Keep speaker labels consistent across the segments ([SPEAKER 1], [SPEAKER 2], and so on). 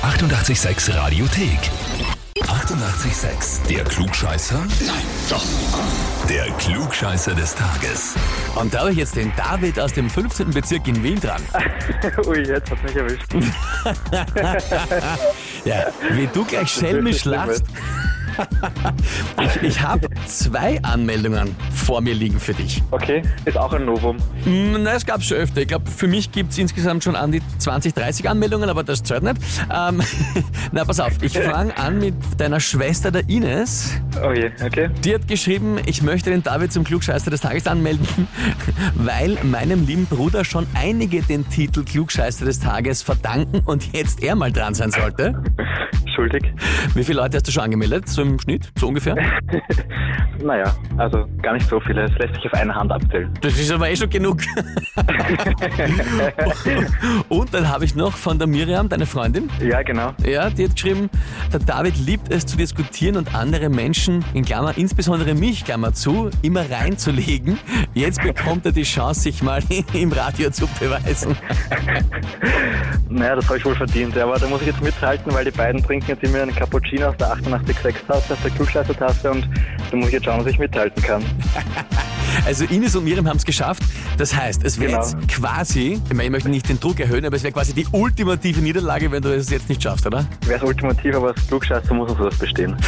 [SPEAKER 1] 886 Radiothek. 88,6. Der Klugscheißer? Nein, doch. Der Klugscheißer des Tages.
[SPEAKER 2] Und da habe ich jetzt den David aus dem 15. Bezirk in Wien dran.
[SPEAKER 3] Ui, jetzt hat's mich erwischt.
[SPEAKER 2] Ja, wie du gleich schelmisch lachst. Ich habe 2 Anmeldungen vor mir liegen für dich.
[SPEAKER 3] Okay, ist auch ein Novum.
[SPEAKER 2] Na, es gab schon öfter. Ich glaube, für mich gibt es insgesamt schon an die 20, 30 Anmeldungen, aber das zählt nicht. Na, pass auf, ich fange an mit deiner Schwester, der Ines.
[SPEAKER 3] Oh je, okay.
[SPEAKER 2] Die hat geschrieben, ich möchte den David zum Klugscheißer des Tages anmelden, weil meinem lieben Bruder schon einige den Titel Klugscheißer des Tages verdanken und jetzt er mal dran sein sollte.
[SPEAKER 3] Schuldig.
[SPEAKER 2] Wie viele Leute hast du schon angemeldet, so im Schnitt, so ungefähr?
[SPEAKER 3] Naja, also gar nicht so viele. Es lässt sich auf eine Hand abzählen.
[SPEAKER 2] Das ist aber schon genug. Und dann habe ich noch von der Miriam, deine Freundin.
[SPEAKER 3] Ja, genau.
[SPEAKER 2] Ja, die hat geschrieben, der David liebt es zu diskutieren und andere Menschen, in Klammer, insbesondere mich, Klammer zu, immer reinzulegen. Jetzt bekommt er die Chance, sich mal im Radio zu beweisen.
[SPEAKER 3] Naja, das habe ich wohl verdient. Aber da muss ich jetzt mithalten, weil die beiden trinken jetzt immer einen Cappuccino aus der 88,6-Tasse, aus der Klugscheißer-Tasse, und da muss ich jetzt schauen, dass ich mithalten kann.
[SPEAKER 2] Also Ines und Miriam haben es geschafft. Das heißt, es wäre jetzt quasi, ich möchte nicht den Druck erhöhen, aber es wäre quasi die ultimative Niederlage, wenn du es jetzt nicht schaffst, oder?
[SPEAKER 3] Wäre es ultimativ, aber als Klugscheißer muss es sowas bestehen.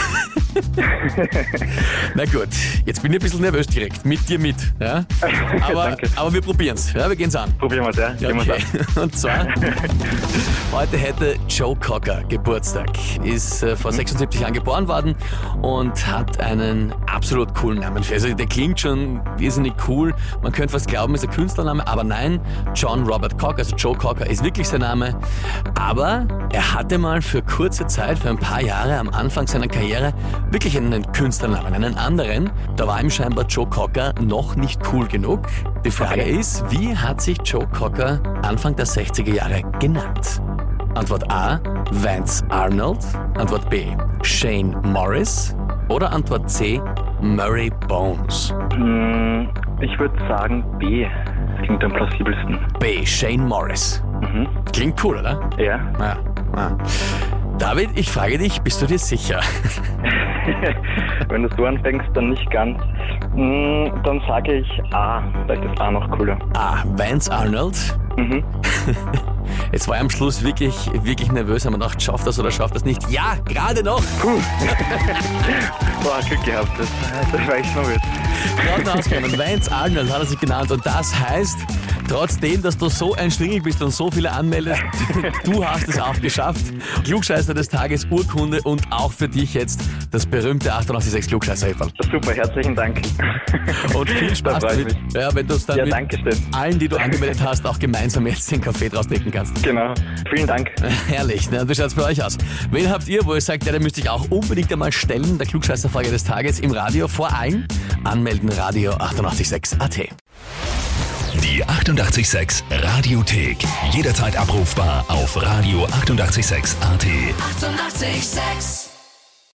[SPEAKER 2] Na gut, jetzt bin ich ein bisschen nervös direkt. Mit dir mit. Ja? Aber wir probieren es. Ja, wir gehen es an.
[SPEAKER 3] Probieren wir es, ja. Gehen wir's an.
[SPEAKER 2] Und zwar, heute hätte Joe Cocker Geburtstag. Ist vor 76 Jahren geboren worden und hat einen absolut coolen Namen. Also der klingt schon irrsinnig cool. Man könnte fast glauben, es ist ein Künstlername, aber nein, John Robert Cocker, also Joe Cocker ist wirklich sein Name. Aber er hatte mal für kurze Zeit, für ein paar Jahre am Anfang seiner Karriere, wirklich einen Künstlernamen, einen anderen. Da war ihm scheinbar Joe Cocker noch nicht cool genug. Die Frage ist, wie hat sich Joe Cocker Anfang der 60er Jahre genannt? Antwort A, Vance Arnold. Antwort B, Shane Morris. Oder Antwort C, Murray Bones.
[SPEAKER 3] Ich würde sagen B. Das klingt am plausibelsten.
[SPEAKER 2] B, Shane Morris. Klingt cool, oder?
[SPEAKER 3] Ja.
[SPEAKER 2] Ja. David, ich frage dich, bist du dir sicher?
[SPEAKER 3] Wenn du so anfängst, dann nicht ganz. Dann sage ich A. Vielleicht ist A noch cooler.
[SPEAKER 2] A, Vance Arnold. Jetzt war ich am Schluss wirklich nervös, haben wir gedacht, schafft das oder schafft das nicht? Ja, gerade noch!
[SPEAKER 3] Puh. Boah, Glück gehabt, das war echt nervös.
[SPEAKER 2] Gerade noch ausgegangen. Vance Arnold hat er sich genannt und das heißt, trotzdem, dass du so ein Schlingel bist und so viele anmeldest, du hast es auch geschafft. Klugscheißer des Tages, Urkunde und auch für dich jetzt das berühmte 886 Klugscheißer-Häferl.
[SPEAKER 3] Super, herzlichen Dank.
[SPEAKER 2] Und viel Spaß damit. Ja, wenn du es dann mit allen, die du angemeldet hast, auch gemeinsam jetzt den Kaffee draus trinken kannst.
[SPEAKER 3] Genau, vielen Dank.
[SPEAKER 2] Herrlich, ne? Wie schaut's bei euch aus? Wen habt ihr, wo ihr sagt, ja, der müsste ich auch unbedingt einmal stellen, der Klugscheißer-Frage des Tages im Radio vor allen? Anmelden, Radio 886 AT.
[SPEAKER 1] Die 88,6 Radiothek. Jederzeit abrufbar auf Radio 88,6 AT.
[SPEAKER 4] 88,6.